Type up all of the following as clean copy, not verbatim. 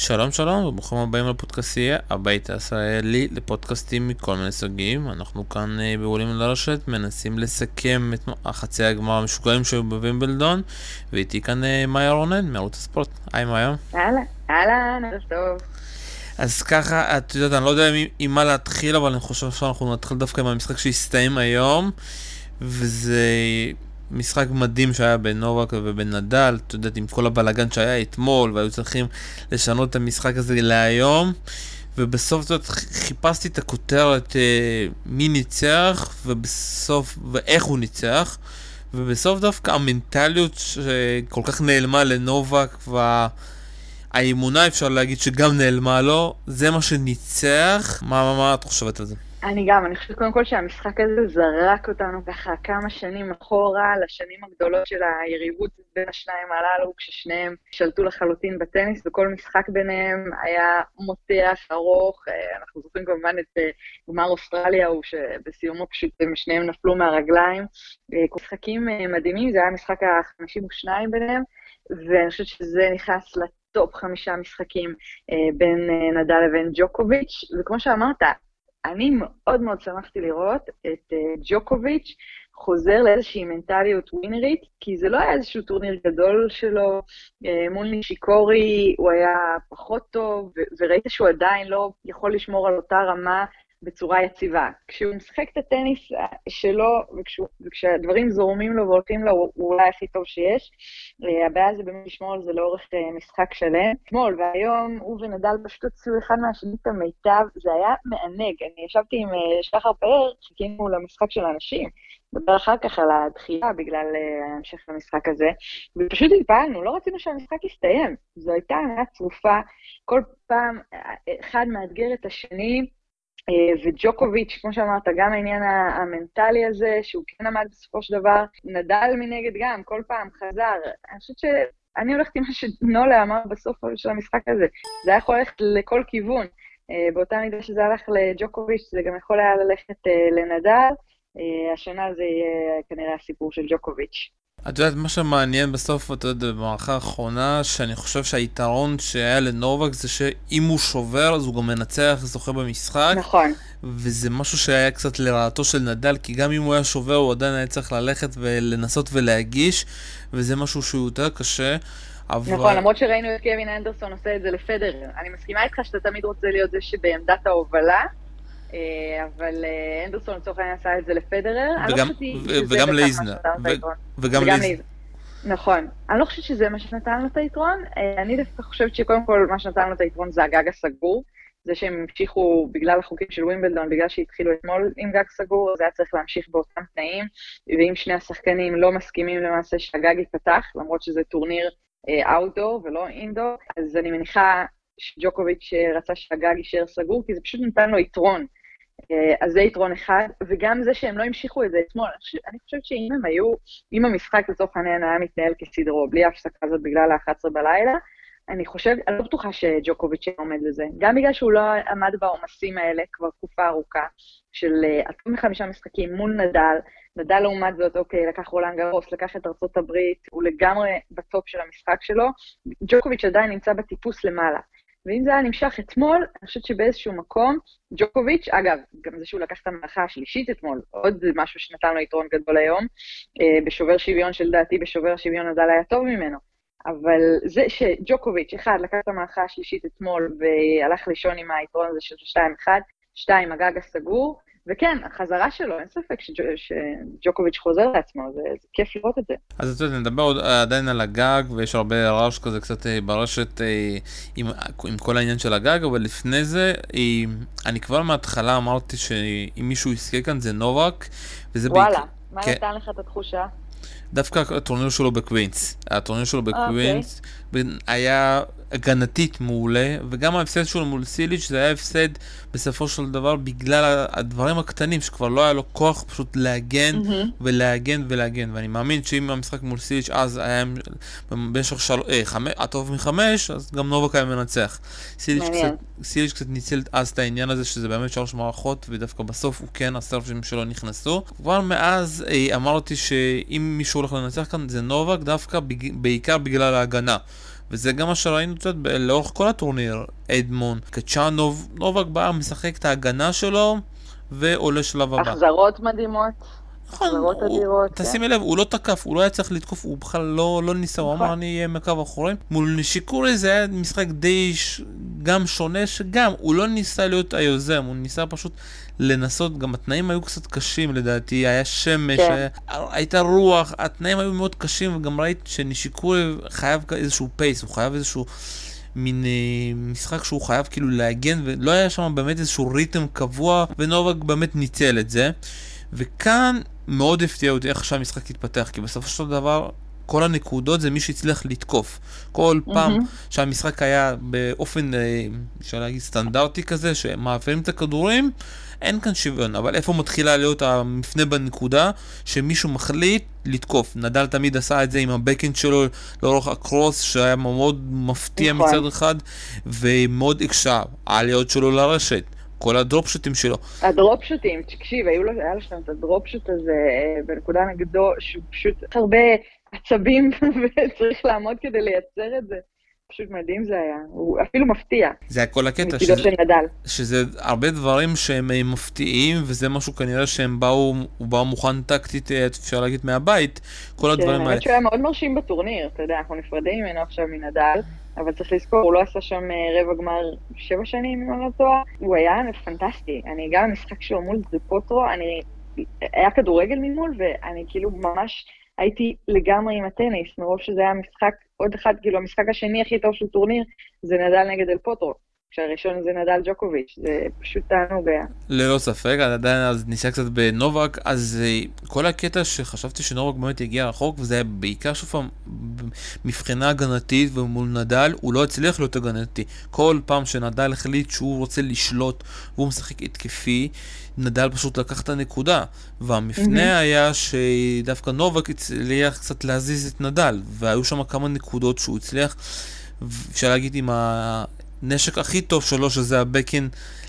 שלום שלום וברוכים הבאים לפודקאסטייה, הבית הישראלי לפודקאסטים מכל מיני סוגים. אנחנו כאן בעולים לרשת מנסים לסכם את החצי הגמר המשוגעים שהיו בווימבלדון, ואיתי כאן מאיה רונן מערוץ הספורט. היי מאיה. אהלן, ערב טוב. אז ככה, את יודעת, אני לא יודע עם מה להתחיל, אבל אני חושב שאנחנו נתחיל דווקא עם המשחק שהסתיים היום, וזה משחק מדהים שהיה בין נובק ובין נדל. את יודעת, עם כל הבלגן שהיה אתמול והיו צריכים לשנות את המשחק הזה להיום, ובסוף זאת חיפשתי את הכותרת מי ניצח ובסוף ואיך הוא ניצח, ובסוף דווקא המנטליות שכל כך נעלמה לנובק והאמונה אפשר להגיד שגם נעלמה לו, זה מה שניצח. מה את חושבת על זה? אני חושבת קודם כל שהמשחק הזה זרק אותנו ככה כמה שנים אחורה, לשנים הגדולות של היריבות בין השניים הללו, כששניהם שלטו לחלוטין בטניס, וכל משחק ביניהם היה מותח ארוך. אנחנו זוכרים כמובן את גמר אוסטרליה, הוא שבסיומו פשוט שניהם נפלו מהרגליים. משחקים מדהימים, זה היה המשחק ה-52 ביניהם, ואני חושבת שזה נכנס לטופ 5 משחקים בין נדל לבין ג'וקוביץ', וכמו שאמרת, אני מאוד מאוד שמחתי לראות את ג'וקוביץ' חוזר לאיזושהי מנטליות ווינרית, כי זה לא היה איזשהו טורניר גדול שלו, מול נישיקורי הוא היה פחות טוב, וראית שהוא עדיין לא יכול לשמור על אותה רמה בצורה יציבה. כשהוא משחק את הטניס שלו, וכשהדברים זורמים לו והולכים לו, הוא אולי הכי טוב שיש. הבעיה זה באמת לשמור על זה לאורך משחק שלם. אתמול והיום הוא ונדל פשוט הוציאו אחד מהשני את המיטב, זה היה מענג. אני ישבתי עם שחר פאר, חיכינו למשחק של האנשים, דבר אחר כך על הדחייה בגלל המשך למשחק הזה, ופשוט התפעלנו, לא רצינו שהמשחק יסתיים. זו הייתה עונה צרופה, כל פעם אחד מאתגר את השני, וג'וקוביץ', כמו שאמרת, גם העניין המנטלי הזה, שהוא כן עמד בסופו של דבר, נדל מנגד גם, כל פעם חזר. אני חושבת שאני הולכת עם מה שנולה אמר בסוף של המשחק הזה, זה היה יכול ללכת לכל כיוון, באותה מידה שזה הלך לג'וקוביץ', זה גם יכול היה ללכת לנדל. השנה זה יהיה כנראה הסיפור של ג'וקוביץ'. את יודעת, מה שמעניין בסוף, את יודעת, במערכה האחרונה, שאני חושב שהיתרון שהיה לנובק זה שאם הוא שובר, אז הוא גם מנצח, זוכה במשחק. נכון. וזה משהו שהיה קצת לרעתו של נדל, כי גם אם הוא היה שובר, הוא עדיין היה צריך ללכת ולנסות ולהגיש, וזה משהו שהוא יותר קשה. נכון, למרות שראינו את קווין אנדרסון עושה את זה לפדרר. אני מסכימה איתך שאתה תמיד רוצה להיות זה שבעמדת ההובלה, אבל אנדרסון לצורך העניין עשה את זה לפדרר. וגם לאיזנר. וגם לאיזנר. נכון. אני לא חושבת שזה מה שנתן לו את היתרון. אני דווקא חושבת שקודם כל מה שנתן לו את היתרון זה הגג הסגור. זה שהם המשיכו בגלל החוקים של ווימבלדון, בגלל שהתחילו אתמול עם גג סגור, אז היה צריך להמשיך באותם תנאים, ואם שני השחקנים לא מסכימים למעשה שהגג ייפתח, למרות שזה טורניר אאוטדור ולא אינדור, אז אני מניחה שג'וקוביץ' רצה שהגג יישאר סגור, כי זה פשוט נתן לו יתרון. אז זה יתרון אחד, וגם זה שהם לא המשיכו את זה אתמול. אני חושבת שאם הם היו, אם המשחק לצורך העניין היה מתנהל כסדרו, בלי הפסקה הזאת בגלל ה-11 בלילה, אני לא בטוחה שג'וקוביץ' עומד לזה. גם בגלל שהוא לא עמד בעומסים האלה כבר תקופה ארוכה, של 5 משחקים מול נדל, נדל לעומת זאת, אוקיי, לקח רולאן גארוס, לקח את ארצות הברית, הוא לגמרי בטופ של המשחק שלו, ג'וקוביץ' עדיין נמצא בטיפוס למעלה. ואם זה היה נמשך אתמול, אני חושבת שבאיזשהו מקום, ג'וקוביץ', אגב, גם זה שהוא לקח את המערכה השלישית אתמול, עוד משהו שנתן לו יתרון גדול היום, בשובר שוויון של דעתי, בשובר שוויון נדל היה טוב ממנו, אבל זה שג'וקוביץ', אחד, לקח את המערכה השלישית אתמול, והלך לישון עם היתרון הזה של 2-1, 2, הגג הסגור, וכן, החזרה שלו, אין ספק שג'וקוביץ' חוזר לעצמו, זה כיף לראות את זה. אז אתה יודע, נדבר עדיין על הגג, ויש הרבה רעש כזה קצת ברשת עם כל העניין של הגג, אבל לפני זה, אני כבר מההתחלה אמרתי שאם מישהו יזכה כאן זה נובק, וזה וואלה, מה נתן לך את התחושה? דווקא הטורניר שלו בקווינס. הטורניר שלו בקווינס היה הגנתית מעולה, וגם ההפסד שלו מול סיליץ' זה היה הפסד בסופו של דבר בגלל הדברים הקטנים, שכבר לא היה לו כוח פשוט להגן ולהגן ולהגן. ואני מאמין שאם המשחק מול סיליץ' אז היה במשך הטוב מ5, אז גם נובק היה מנצח. סיליץ' קצת ניצל אז את העניין הזה שזה באמת 3 מערכות, ודווקא בסוף הוא כן, הסרפים שלו נכנסו. כבר מאז אמרתי שאם מישהו הולך לנצח כאן זה נובק, דווקא בעיקר בגלל ההגנה. וזה גם מה שראינו קצת לאורך כל הטורניר. אדמון, קצ'אנוב, נובק בא, משחק את ההגנה שלו, ועולה שלב הבא. החזרות מדהימות, נכון, החזרות אדירות, כן. תשימי לב, הוא לא תקף, הוא לא היה צריך לתקוף, הוא בכלל לא ניסה, הוא אמר אני אהיה מקו אחורי. מול נישיקורי זה היה משחק די גם שונה, שגם הוא לא ניסה להיות היוזם, הוא ניסה פשוט לנסות, גם התנאים היו קצת קשים לדעתי, היה שמש, כן. הייתה רוח, התנאים היו מאוד קשים, וגם ראית שנישיקורי חייב איזשהו פייס, הוא חייב איזשהו מין משחק שהוא חייב כאילו להגן, ולא היה שם באמת איזשהו ריתם קבוע, ונובק באמת ניצל את זה. וכאן מאוד הפתיע אותי איך שהמשחק התפתח, כי בסופו של דבר כל הנקודות זה מי שהצליח לתקוף. כל פעם שהמשחק היה באופן, אפשר להגיד, סטנדרטי כזה, שמעבירים את הכדורים, אין כאן שוויון. אבל איפה מתחילה להיות המפנה בנקודה? שמישהו מחליט לתקוף. נדל תמיד עשה את זה עם הבקינד שלו לאורך הקרוס, שהיה מאוד מפתיע מצד אחד, ומאוד הקשה העליות שלו לרשת. כל הדרופשוטים שלו. הדרופשוטים, תקשיב, היה לו שם את הדרופשוט הזה בנקודה נגדו, שהוא פשוט הרבה עצבים וצריך לעמוד כדי לייצר את זה. פשוט מדהים זה היה, הוא אפילו מפתיע. זה היה כל הקטע, שזה הרבה דברים שהם מפתיעים, וזה משהו כנראה שהם הוא באו מוכן טקטית, אפשר להגיד מהבית, כל הדברים האלה. כן, האמת שהוא היה מאוד מרשים בטורניר, אתה יודע, אנחנו נפרדים ממנו עכשיו מנדל, אבל צריך לזכור, הוא לא עשה שם רבע גמר 7 שנים, אם אני לא טועה. הוא היה פנטסטי. אני גם המשחק שלו מול דפוטרו, היה כדורגל ממול, ואני כאילו ממש הייתי לגמרי עם הטניס, מרוב שזה היה משחק, עוד אחד, כאילו המשחק השני הכי טוב של טורניר, זה נדל נגד אל פוטרו. כשהראשון זה נדל ג'וקוביץ', זה פשוט תענוג היה. ללא ספק, עדיין אז ניסה קצת בנובק, אז כל הקטע שחשבתי שנובק באמת הגיע רחוק, וזה היה בעיקר שוב מבחינה הגנתית, ומול נדל הוא לא הצליח להיות הגנתי. כל פעם שנדל החליט שהוא רוצה לשלוט, והוא משחק התקפי, נדל פשוט לקח את הנקודה, והמפנה היה שדווקא נובק הצליח קצת להזיז את נדל, והיו שם כמה נקודות שהוא הצליח, אפשר להגיד עם הנשק הכי טוב שלו, שזה הבקן,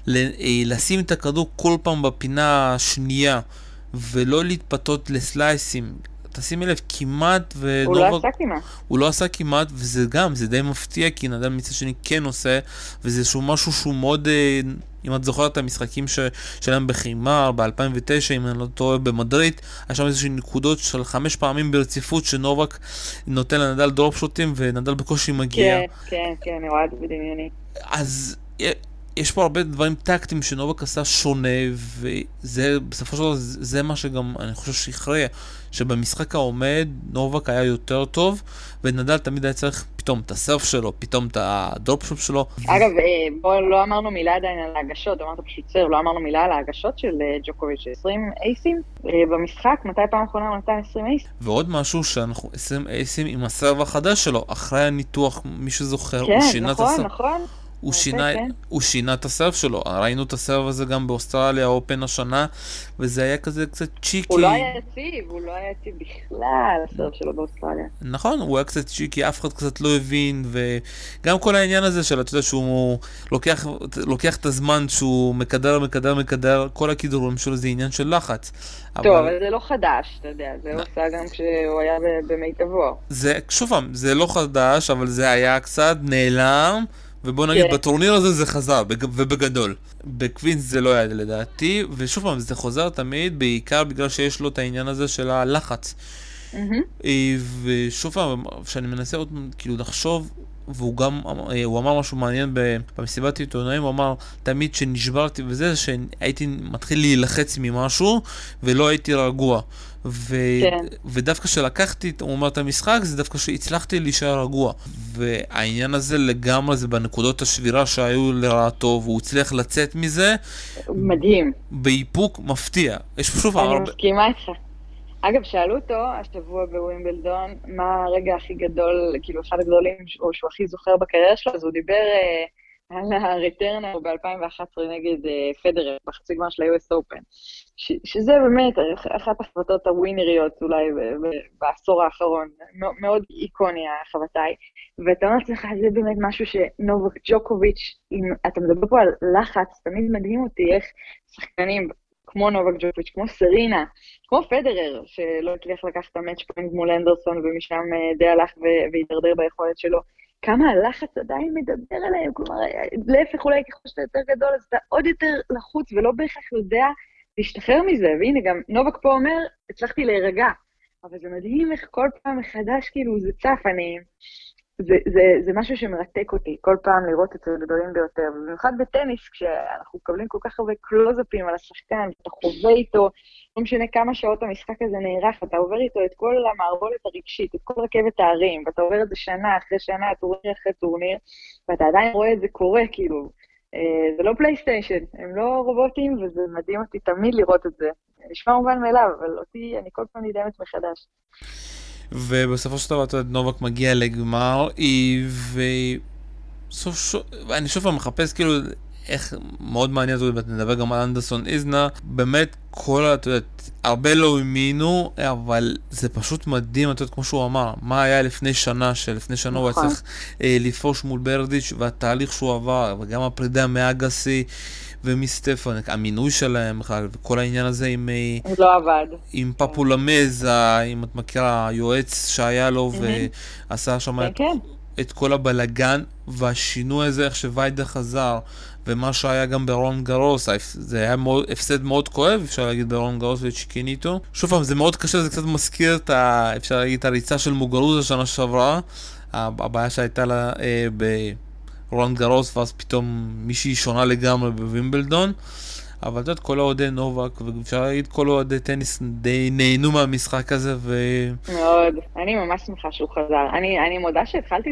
לשים את הכדור כל פעם בפינה השנייה, ולא להתפתות לסלייסים. תשימי לב, כמעט הוא לא עשה כמעט. הוא לא עשה כמעט, וזה גם, זה די מפתיע, כי נדל מצד שני כן עושה, וזה משהו שהוא מאוד, אם את זוכרת את המשחקים שלהם בחימר, ב-2009, אם אני לא טועה, במדריד, היה שם איזושהי נקודות של 5 פעמים ברציפות, שנובק נותן לנדל דרופשוטים, ונדל בקושי מגיע. כן, אני רואה את זה בדמיוני. אז יש פה הרבה דברים טקטיים שנובק עשה שונה, וזה בסופו של דבר זה מה שגם אני חושב שהכריע, שבמשחק העומד נובק היה יותר טוב, ונדל תמיד היה צריך פתאום את הסרף שלו, פתאום את הדרופשופ שלו. אגב, בוא לא אמרנו מילה עדיין על ההגשות, אמרת פשוט סרף, לא אמרנו מילה על ההגשות של ג'וקוביץ', 20 אייסים במשחק, מתי פעם אחרונה הוא נתן 20 אייסים? ועוד משהו שאנחנו 20 אייסים עם הסרף החדש שלו, אחרי הניתוח, מי שזוכר, הוא שינה את הסרף. נכון. הוא שינה את הסרף שלו, ראינו את הסרף הזה גם באוסטרליה, אופן השנה, וזה היה כזה קצת צ'יקי. הוא לא היה יציב בכלל, הסרף שלו באוסטרליה. נכון, הוא היה קצת צ'יקי, אף אחד קצת לא הבין, וגם כל העניין הזה של, אתה יודע, שהוא לוקח את הזמן שהוא מקדר, כל הכידורים שלו זה עניין של לחץ. טוב, אבל זה לא חדש, אתה יודע, זה עושה גם כשהוא היה במיטבו. שוב פעם, זה לא חדש, אבל זה היה קצת נעלם, ובוא נגיד, בטורניר הזה זה חזר, ובגדול. בקווינס זה לא היה לדעתי, ושוב פעם, זה חוזר תמיד, בעיקר בגלל שיש לו את העניין הזה של הלחץ. ושוב פעם, כשאני מנסה עוד כאילו לחשוב, והוא גם, הוא אמר משהו מעניין במסיבת עיתונאים, הוא אמר, תמיד שנשברתי וזה, שהייתי מתחיל להילחץ ממשהו, ולא הייתי רגוע. ודווקא שלקחתי, הוא אומר את המשחק, זה דווקא שהצלחתי להישאר רגוע. והעניין הזה לגמרי זה בנקודות השבירה שהיו לרעתו, והוא הצליח לצאת מזה. מדהים. באיפוק מפתיע. יש פשוט אני מסכימה איתך. אגב, שאלו אותו השבוע בווימבלדון, מה הרגע הכי גדול, כאילו אחד הגדולים, או שהוא הכי זוכר בקריירה שלו, אז הוא דיבר על הריטרן ב-2011 נגד פדרר, בחצי גמר של ה-US Open, שזה באמת אחת החבטות הווינריות אולי בעשור האחרון, מאוד איקוני החבטאי, ואתה אומר לך, זה באמת משהו שנובק ג'וקוביץ', אתה מדבר פה על לחץ, תמיד מדהים אותי איך שחקנים כמו נובק ג'וקוביץ', כמו סרינה, כמו פדרר, שלא הצליח לקחת את המאץ' פוינט מול אנדרסון, ומשם די הלך והתדרדר ביכולת שלו, כמה הלחץ עדיין מדבר עליהם, כלומר, להפך אולי ככל שאתה יותר גדול, אז אתה עוד יותר לחוץ ולא בהכרח יודע להשתחרר מזה, והנה גם נובק פה אומר, הצלחתי להירגע, אבל זה מדהים איך כל פעם מחדש כאילו זה צף, זה משהו שמרתק אותי, כל פעם לראות את זה גדולים ביותר, ובמיוחד בטניס, כשאנחנו מקבלים כל כך הרבה קלוזאפים על השחקן, אתה חווה איתו, לא משנה כמה שעות המשחק הזה נערך, אתה עובר איתו את כל המערבולת הרגשית, את כל רכבת הערים, ואתה עובר את זה שנה אחרי שנה, טורניר אחרי טורניר, ואתה עדיין רואה את זה קורה, כאילו, זה לא פלייסטיישן, הם לא רובוטים, וזה מדהים אותי תמיד לראות את זה. נשמע מובן מאליו, אבל אותי, אני כל פעם נדהמת מחדש. ובסופו של דבר, אתה יודע, נובק מגיע לגמר, ואני שוב מחפש כאילו איך מאוד מעניין, נדבר גם על אנדרסון איזנה, באמת אתה יודע, הרבה לא האמינו, אבל זה פשוט מדהים, אתה יודע, כמו שהוא אמר, מה היה לפני שנה, שלפני שנה הוא היה צריך לפרוש מול ברדיץ' והתהליך שהוא עבר, וגם הפרידה מאגסי ומסטפן, המינוי שלהם, וכל העניין הזה לא עבד. עם פפולמז, אם את מכירה, היועץ שהיה לו ועשה שם את כל הבלגן, והשינוי הזה, איך שוויידה חזר, ומה שהיה גם ברון גרוס, זה היה הפסד מאוד כואב, אפשר להגיד ברון גרוס וצ'יקיניטו. שוב פעם, זה מאוד קשה, זה קצת מזכיר אפשר להגיד, את הריצה של מוגרוז השנה שעברה, הבעיה שהייתה לה ברון גרוס, ואז פתאום מישהי שונה לגמרי בווימבלדון, אבל את יודעת, כל אוהדי נובק, ואפשר להגיד, כל אוהדי טניס די נהנו מהמשחק הזה, מאוד. אני ממש שמחה שהוא חזר. אני מודה שהתחלתי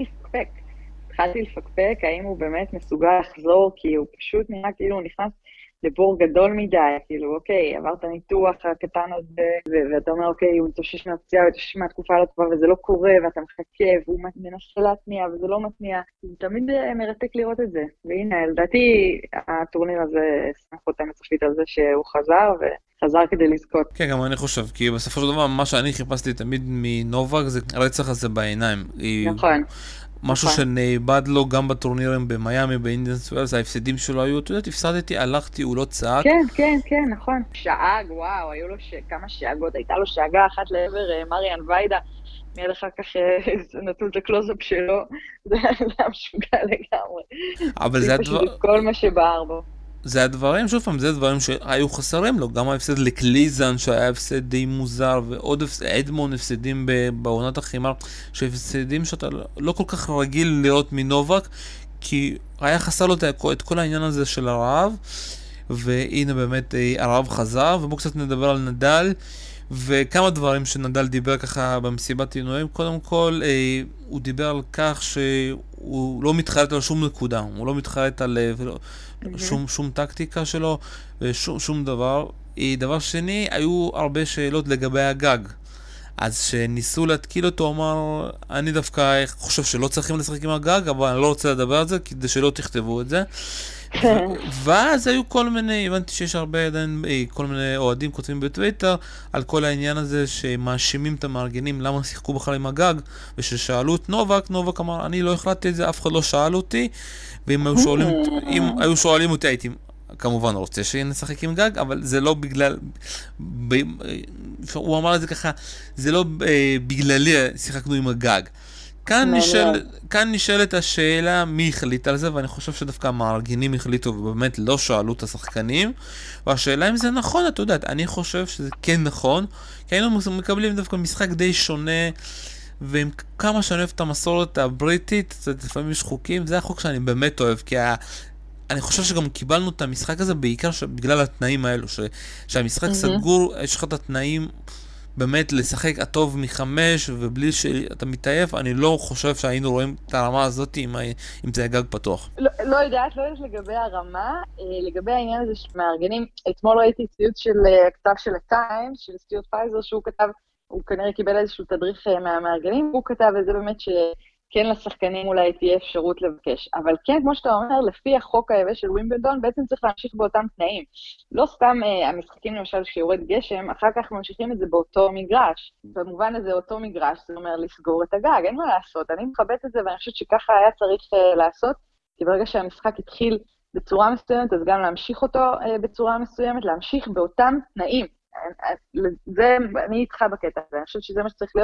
לפקפק, האם הוא באמת מסוגל לחזור, כי הוא פשוט נראה כאילו הוא נכנס לבור גדול מדי, כאילו, אוקיי, עברת ניתוח הקטן הזה, ואתה אומר, אוקיי, הוא מתאושש מהפציעה, הוא מתאושש מהתקופה לא טובה, וזה לא קורה, ואתה מחכה, והוא מנסה להתניע, וזה לא מתניע. זה תמיד מרתק לראות את זה. והנה, לדעתי, הטורניר הזה שמח אותם מצפית על זה שהוא חזר, וחזר כדי לזכות. כן, גם אני חושב, כי בסופו של דבר, מה שאני חיפשתי תמיד מנובק, זה הרצח הזה בעיניים. נכון. משהו שנאבד לו גם בטורנירים במיימי, באינדיאנס ווילס, ההפסדים שלו היו, אתה יודעת, הפסדתי, הלכתי, הוא לא צעק. כן, נכון. שאג, וואו, היו לו כמה שאגות, הייתה לו שאגה אחת לעבר מריאן ויידה, מיד אחר כך נתנו את הקלוזאפ שלו, זה היה משוגע לגמרי. אבל זה כל מה שבער בו. זה הדברים, שוב פעם, זה הדברים שהיו חסרים לו, גם ההפסד לקליזן, שהיה הפסד די מוזר, ועוד אדמון הפסדים בעונת החימר, שהפסדים שאתה לא כל כך רגיל לראות מנובק, כי היה חסר לו את כל העניין הזה של הרעב, והנה באמת הרעב חזר, ובואו קצת נדבר על נדל, וכמה דברים שנדל דיבר ככה במסיבת עינויים. קודם כל, הוא דיבר על כך שהוא לא מתחרט על שום נקודה, הוא לא מתחרט על שום טקטיקה שלו, ושום דבר. דבר שני, היו הרבה שאלות לגבי הגג. אז שניסו להתקיל אותו, אמר, אני דווקא חושב שלא צריכים לשחק עם הגג, אבל אני לא רוצה לדבר על זה, כדי שלא תכתבו את זה. ואז היו כל מיני, הבנתי שיש הרבה עדיין, כל מיני אוהדים כותבים בטוויטר על כל העניין הזה שמאשימים את המארגנים למה שיחקו בכלל עם הגג, וששאלו את נובק אמר, אני לא החלטתי את זה, אף אחד לא שאל אותי, ואם היו שואלים אותי הייתי כמובן רוצה שנשחק עם גג, אבל זה לא בגלל, הוא אמר את זה ככה, זה לא בגללי שיחקנו עם הגג. כאן נשאלת השאלה מי החליט על זה, ואני חושב שדווקא המארגנים החליטו ובאמת לא שאלו את השחקנים, והשאלה אם זה נכון, אתה יודעת, אני חושב שזה כן נכון, כי היינו מקבלים דווקא משחק די שונה, ועם כמה שאני אוהב את המסורת הבריטית, לפעמים יש חוקים, זה החוק שאני באמת אוהב, כי אני חושב שגם קיבלנו את המשחק הזה בעיקר בגלל התנאים האלו, שהמשחק סגור, יש לך את התנאים באמת לשחק הטוב מחמש, ובלי שאתה מתעייף, אני לא חושב שהיינו רואים את הרמה הזאת אם זה היה גג פתוח. לא יודעת לגבי הרמה, לגבי העניין הזה שמארגנים, אתמול ראיתי ציוץ של הכתב של הטיים, של סטיוט פייזר, שהוא כתב, הוא כנראה קיבל איזשהו תדריך מהמארגנים, והוא כתב את זה באמת שכן לשחקנים אולי תהיה אפשרות לבקש. אבל כן, כמו שאתה אומר, לפי החוק היבש של ווימבלדון, בעצם צריך להמשיך באותם תנאים. לא סתם המשחקים למשל שיורד גשם, אחר כך ממשיכים את זה באותו מגרש. במובן הזה אותו מגרש, זה אומר לסגור את הגג, אין מה לעשות. אני מכבדת את זה ואני חושבת שככה היה צריך לעשות, כי ברגע שהמשחק התחיל בצורה מסוימת, אז גם להמשיך אותו בצורה מסוימת, להמשיך באותם תנאים. זה, אני איתך בקטע הזה, אני חושבת שזה מה שצריך להיות,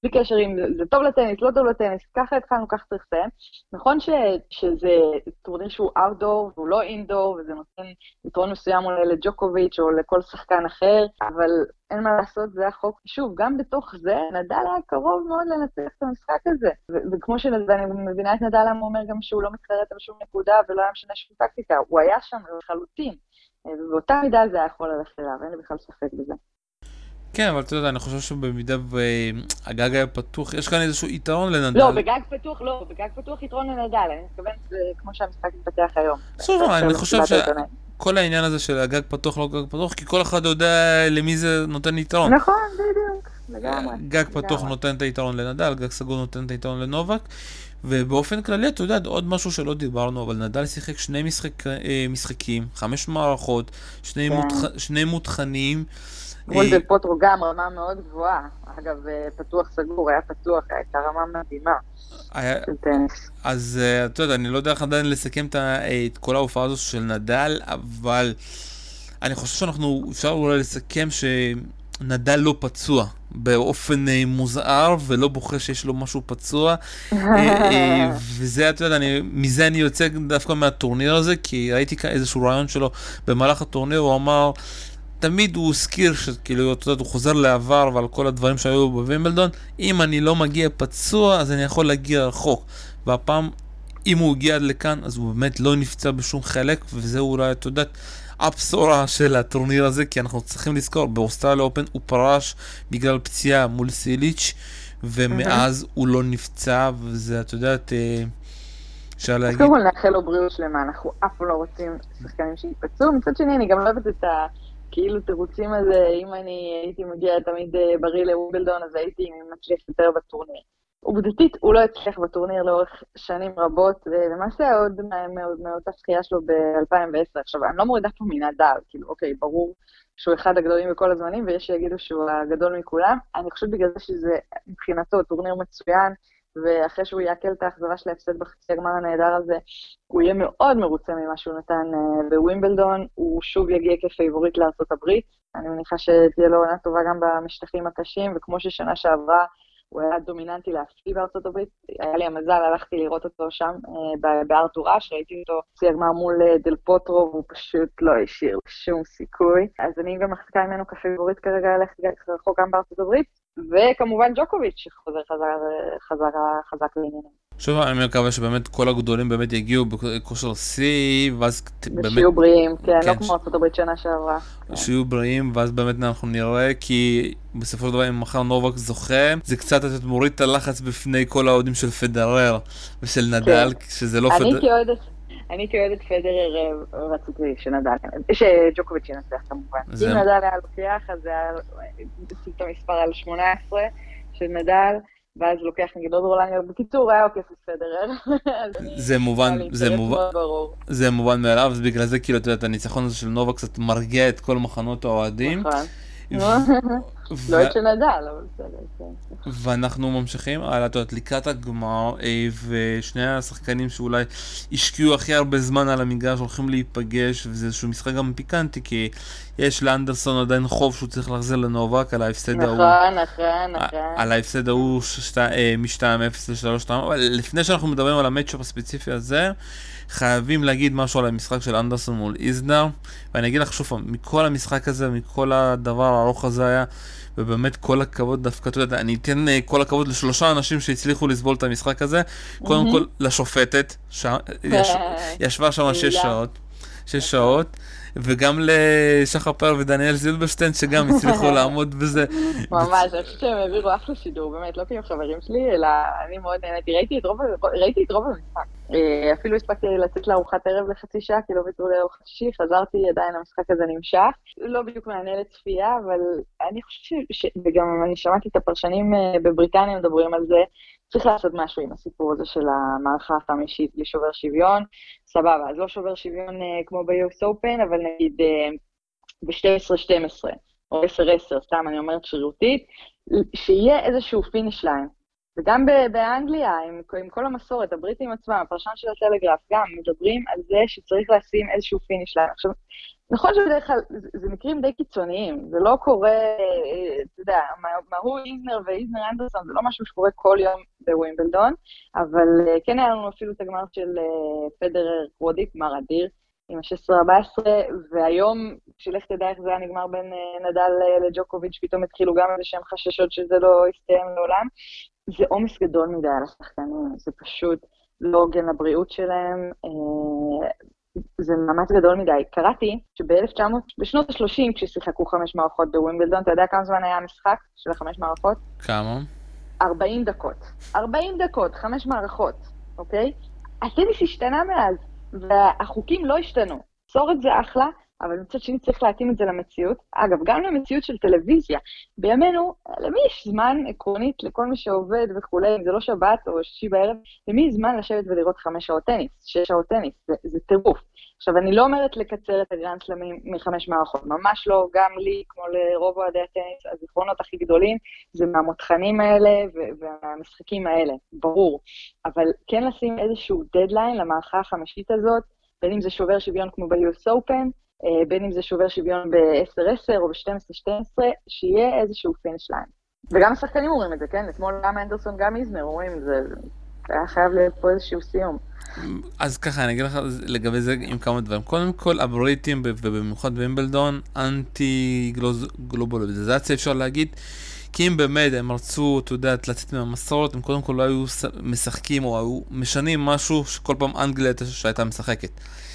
בלי קשר אם זה טוב לטניס, לא טוב לטניס, ככה התחלנו, ככה צריך לסיים. נכון שזה טורניר שהוא אאוטדור והוא לא אינדור, וזה נותן יתרון מסוים אולי לג'וקוביץ' או לכל שחקן אחר, אבל אין מה לעשות, זה החוק. שוב, גם בתוך זה, נדל היה קרוב מאוד לנצח את המשחק הזה. וכמו שאני מבינה את נדל, הוא אומר גם שהוא לא מתחרט על שום נקודה ולא היה משנה שום טקטיקה, הוא היה שם לחלוטין. ובאותה מידה זה היה יכול ללכת אליו, אין לי בכלל ספק בזה. כן, אבל אתה יודע, אני חושב שבמידה והגג היה פתוח, יש כאן איזשהו יתרון לנדל. לא, בגג פתוח יתרון לנדל, אני מתכוונת כמו שהמשחק מתפתח היום. סוף, אני חושב שכל העניין הזה של הגג פתוח, לא גג פתוח, כי כל אחד יודע למי זה נותן יתרון. נכון, בדיוק, לגמרי. גג פתוח נותן את היתרון לנדל, גג סגור נותן את היתרון לנובק, ובאופן כללי, אתה יודע, עוד משהו שלא דיברנו, אבל נדל שיחק שני משחקים, 5 מערכות, שני מותחנים. מול דל פוטרו גם רמה מאוד גבוהה. אגב, פתוח סגור, היה פתוח, הייתה רמה מדהימה של טניס. אז אתה יודע, אני לא יודע איך עדיין לסכם את כל ההופעה הזו של נדל, אבל אני חושב שאנחנו אפשר אולי לסכם שנדל לא פצוע באופן מוזר, ולא בוחר שיש לו משהו פצוע. וזה, אתה יודע, מזה אני יוצא דווקא מהטורניר הזה, כי ראיתי איזשהו רעיון שלו במהלך הטורניר, הוא אמר, תמיד הוא הזכיר שכאילו, אתה יודע, הוא חוזר לעבר ועל כל הדברים שהיו בווימבלדון, אם אני לא מגיע פצוע, אז אני יכול להגיע רחוק. והפעם, אם הוא הגיע עד לכאן, אז הוא באמת לא נפצע בשום חלק, וזה אולי, אתה יודע, הבשורה של הטורניר הזה, כי אנחנו צריכים לזכור, באוסטרליה אופן הוא פרש בגלל פציעה מול סיליץ', ומאז הוא לא נפצע, וזה, אתה יודע, אפשר להגיד. קודם כל נאחל לו בריאות שלמה, אנחנו אף לא רוצים שחקנים שיפצעו, מצד שני אני גם לא אוהבת את כאילו תירוצים הזה, אם אני הייתי מגיע תמיד בריא לווימבלדון, אז הייתי מצליח יותר בטורניר. עובדתית, הוא לא הצליח בטורניר לאורך שנים רבות, ולמעשה עוד מאותה שחייה שלו ב-2010. עכשיו, אני לא מורידה פה מנדל, כאילו, אוקיי, ברור שהוא אחד הגדולים בכל הזמנים, ויש שיגידו שהוא הגדול מכולם. אני חושבת בגלל זה שזה מבחינתו טורניר מצוין, ואחרי שהוא יעכל את האכזבה של ההפסד בחצי הגמר הנהדר הזה, הוא יהיה מאוד מרוצה ממה שהוא נתן בווימבלדון, הוא שוב יגיע כפייבוריט לארצות הברית, אני מניחה שתהיה לו עונה טובה גם במשטחים הקשים, וכמו ששנה שעברה הוא היה דומיננטי להפסיד בארצות הברית, היה לי המזל, הלכתי לראות אותו שם בארתור אש, ראיתי אותו חצי הגמר מול דל פוטרו, והוא פשוט לא השאיר שום סיכוי, אז אני גם מחזיקה ממנו כפייבוריט כרגע ללכת רחוק גם בארצות הברית, וכמובן ג'וקוביץ' שחוזר חזק לעניינים. שוב, אני מקווה שבאמת כל הגדולים באמת יגיעו בכושר שיא, ואז באמת... ושיהיו בריאים, כן, לא כמו ארצות הברית שנה שעברה. שיהיו בריאים, ואז באמת אנחנו נראה, כי בסופו של דבר אם מחר נובק זוכה, זה קצת מוריד את הלחץ בפני כל האוהדים של פדרר ושל נדל, שזה לא אני כאוהדת פדרר רציתי שג'וקוביץ' ינצח כמובן. אם נדל היה לוקח, אז זה היה את המספר על 18 של נדל, ואז לוקח נגיד עוד רולניה, בקיצור היה עוקף את פדרר. זה מובן מאליו, אז בגלל זה כאילו, אתה יודע, הניצחון הזה של נובק קצת מרגיע את כל מחנות האוהדים. לא את שנדל, אבל בסדר. ואנחנו ממשיכים על לקראת הגמר, ושני השחקנים שאולי השקיעו הכי הרבה זמן על המגרש הולכים להיפגש, וזה איזשהו משחק גם פיקנטי, כי יש לאנדרסון עדיין חוב שהוא צריך להחזיר לנובק על ההפסד ההוא. נכון. על ההפסד ההוא מ-2-0 ל-3-2, אבל לפני שאנחנו מדברים על המאצ'אפ הספציפי הזה, חייבים להגיד משהו על המשחק של אנדרסון מול איזנר, ואני אגיד לך שוב, מכל המשחק הזה, מכל הדבר הארוך הזה היה, ובאמת כל הכבוד דווקא, אתה יודע, אני אתן כל הכבוד לשלושה אנשים שהצליחו לסבול את המשחק הזה, קודם כל לשופטת, ישבה שם 6 שעות, וגם לשחר פאר ודניאל זילברשטיין שגם הצליחו לעמוד בזה. ממש, אני חושבת שהם העבירו אחלה שידור, באמת, לא כי הם חברים שלי, אלא אני מאוד נהניתי, ראיתי את רוב המשחק. אפילו הספקתי לצאת לארוחת ערב לחצי שעה, כי לא ויתרו לארוחת שישי, חזרתי, עדיין המשחק הזה נמשך. לא בדיוק מענה לצפייה, אבל אני חושבת וגם אני שמעתי את הפרשנים בבריטניה מדברים על זה, צריך לעשות משהו עם הסיפור הזה של המערכה החמישית לשובר שוויון, סבבה, אז לא שובר שוויון כמו ב-US Open, אבל נגיד ב-12-12 או 10-10, סתם אני אומרת שרירותית, שיהיה איזשהו פיניש ליין. וגם באנגליה, עם כל המסורת, הבריטים עצמם, הפרשן של הטלגרף, גם מדברים על זה שצריך לשים איזשהו פיניש ליין. עכשיו, נכון שבדרך כלל זה מקרים די קיצוניים, זה לא קורה, אתה יודע, מה הוא איזנר ואיזנר אנדרסון, זה לא משהו שקורה כל יום בווימבלדון, אבל כן היה לנו אפילו את הגמר של פדרר קרודיק, גמר אדיר, עם ה-16-14, והיום, כשלך תדע איך זה היה נגמר בין נדל לג'וקוביץ', פתאום התחילו גם איזה שהם חששות שזה לא יסתיים לעולם, זה עומס גדול מדי על השחקנים, זה פשוט לא הוגן לבריאות שלהם, זה מאמץ גדול מדי. קראתי בשנות ה-30, כששיחקו 5 מערכות בווימבלדון, אתה יודע כמה זמן היה המשחק של ה5 מערכות? כמה? 40 דקות. 40 דקות, 5 מערכות, אוקיי? הטניס השתנה מאז, והחוקים לא השתנו. מסורת זה אחלה, אבל מצד שני צריך להתאים את זה למציאות. אגב, גם למציאות של טלוויזיה. בימינו, למי יש זמן עקרונית לכל מי שעובד וכולי, אם זה לא שבת או שישי בערב, למי יש זמן לשבת ולראות 5 שעות טניס, 6 שעות טניס, זה טירוף. עכשיו, אני לא אומרת לקצר את הגרנד סלמים מ5 מערכות, ממש לא, גם לי, כמו לרוב אוהדי הטניס, הזיכרונות הכי גדולים, זה מהמותחנים האלה והמשחקים האלה, ברור. אבל כן לשים איזשהו דדליין למערכה החמישית הזאת, בין אם זה שובר שוויון כמו ב-US Open, בין אם זה שובר שוויון ב-10-10 או ב-12-12, שיהיה איזשהו פיניש ליין. וגם השחקנים אומרים את זה, כן? אתמול גם אנדרסון, גם איזנר אומרים, זה היה חייב להיות פה איזשהו סיום. אז ככה, אני אגיד לך לגבי זה עם כמה דברים. קודם כל, הבריטים, ובמיוחד בווימבלדון, אנטי גלובליזציה, אפשר להגיד, כי אם באמת הם רצו, אתה יודע, לצאת מהמסורת, הם קודם כל לא היו משחקים או היו משנים משהו שכל פעם אנגליה שהייתה משחקת.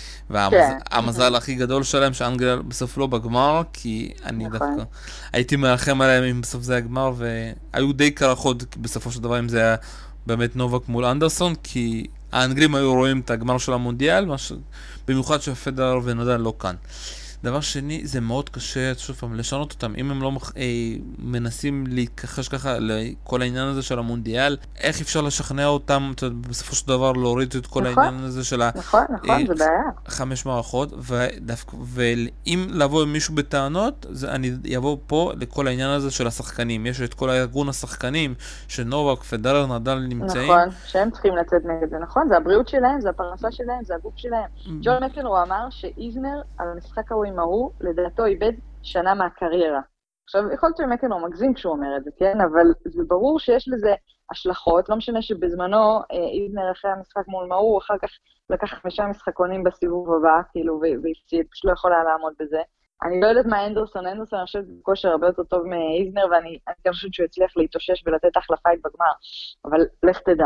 והמזל הכי גדול שלהם שאנגליה בסוף לא בגמר, כי אני דווקא הייתי מרחם עליהם אם בסוף זה הגמר, והיו די קרחות בסופו של דבר אם זה היה באמת נובק מול אנדרסון, כי האנגלים היו רואים את הגמר של המונדיאל, במיוחד שפדרר ונדל לא כאן. דבר שני, זה מאוד קשה, שוב פעם, לשנות אותם. אם הם לא מנסים להתכחש ככה לכל העניין הזה של המונדיאל, איך אפשר לשכנע אותם, בסופו של דבר להוריד את כל העניין הזה של נכון, זה בעיה. 5 מערכות, ואם לבוא עם מישהו בטענות, אני אבוא פה לכל העניין הזה של השחקנים. יש את כל הארגון השחקנים, שנובק, פדרר, נדל נמצאים. נכון, שהם צריכים לצאת נגד זה, נכון? זה הבריאות שלהם, זה הפרנסה שלהם, זה הגוף שלהם. ג'ון מקנרו אמר שאיזנר על המשחק עם ההוא, לדעתו איבד שנה מהקריירה. עכשיו, יכול להיות שמקנרו מגזים כשהוא אומר את זה, כן? אבל זה ברור שיש לזה השלכות, לא משנה שבזמנו איזנר אחרי המשחק מול מהוא, אחר כך לקח 5 משחקונים בסיבוב הבא, כאילו, והפסיד, פשוט לא יכול היה לעמוד בזה. אני לא יודעת מה אנדרסון, אני חושבת בכושר הרבה יותר טוב מאיזנר, ואני גם חושבת שהוא הצליח להתאושש ולתת אחלה פייט בגמר, אבל לך תדע.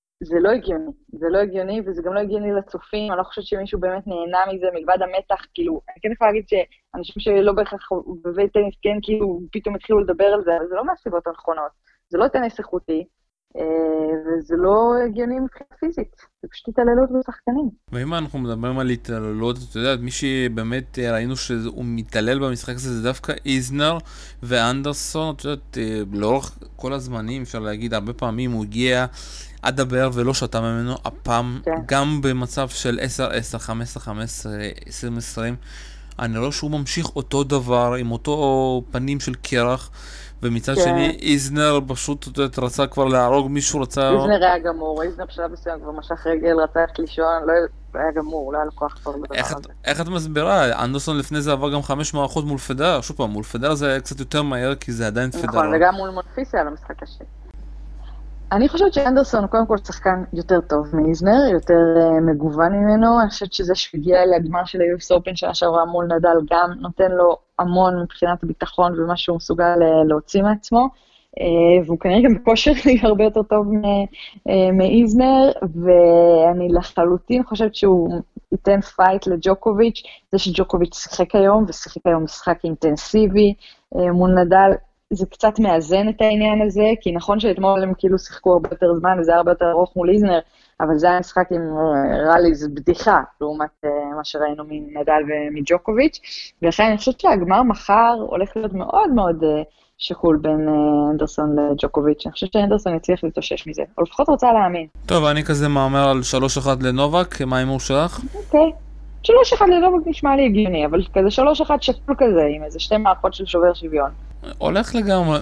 זה לא הגיוני, וזה גם לא הגיוני לצופים, אני לא חושבת שמישהו באמת נהנה מזה, מלבד המתח, כאילו, אני כן יכולה להגיד שאנשים שלא בהכרח בבית טניס, כן, כאילו, פתאום התחילו לדבר על זה, אבל זה לא מהסיבות הנכונות, זה לא טניס איכותי, וזה לא הגיוני מבחינה פיזית, זה פשוט התעללות בשחקנים. ואם אנחנו מדברים על התעללות, אתה יודע, מי שבאמת ראינו שהוא מתעלל במשחק הזה, זה דווקא איזנר ואנדרסון, אתה יודע, לאורך כל הזמנים, אפשר להגיד, הרבה פעמים הוא הגיע עד הבאר ולא שתה ממנו, הפעם, גם במצב של 10-10, 15-15, 20-20, אני רואה שהוא ממשיך אותו דבר, עם אותו פנים של קרח, ומצד שני, איזנר פשוט רצה כבר להרוג מישהו, איזנר היה גמור, איזנר בשלב מסוים כבר משך רגל, רצה ללכת לישון, לא היה גמור, לא היה לו כוח כבר לדבר הזה. איך את מסבירה? אנדרסון לפני זה עבר גם 5 מערכות מול פדרר, שוב פעם, מול פדרר זה היה קצת יותר מהר, כי זה עדיין פדרר. נכון, וגם מול מונפיס היה לו משחק קשה. אני חושבת שאנדרסון קודם כל שחקן יותר טוב מאיזנר, יותר מגוון ממנו, אני חושבת שזה שהגיע לגמר של ה-US Open שנה שעברה מול נדל גם נותן לו המון מבחינת הביטחון ומה שהוא מסוגל להוציא מעצמו, והוא כנראה גם בכושר הרבה יותר טוב מאיזנר, ואני לחלוטין חושבת שהוא ייתן פייט לג'וקוביץ', זה שג'וקוביץ' שיחק היום, ושיחק היום משחק אינטנסיבי מול נדל, זה קצת מאזן את העניין הזה, כי נכון שאתמול הם כאילו שיחקו הרבה יותר זמן, וזה הרבה יותר ארוך מול איזנר, אבל זה היה משחק עם ראלי, זה בדיחה, לעומת מה שראינו מנדל ומג'וקוביץ', ולכן אני חושבת שהגמר מחר הולך להיות מאוד מאוד שקול בין אנדרסון לג'וקוביץ'. אני חושבת שאנדרסון יצליח להתאושש מזה, או לפחות רוצה להאמין. טוב, אני כזה מאמר על 3-1 לנובק, מה האימור שלך? אוקיי. 3-1 לנובק נשמע לי הגיוני, אבל כזה 3-1 שקול כזה, עם איזה 2 מערכות של שובר שוויון. הולך לגמרי,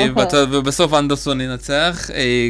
ובסוף אנדרסון ינצח,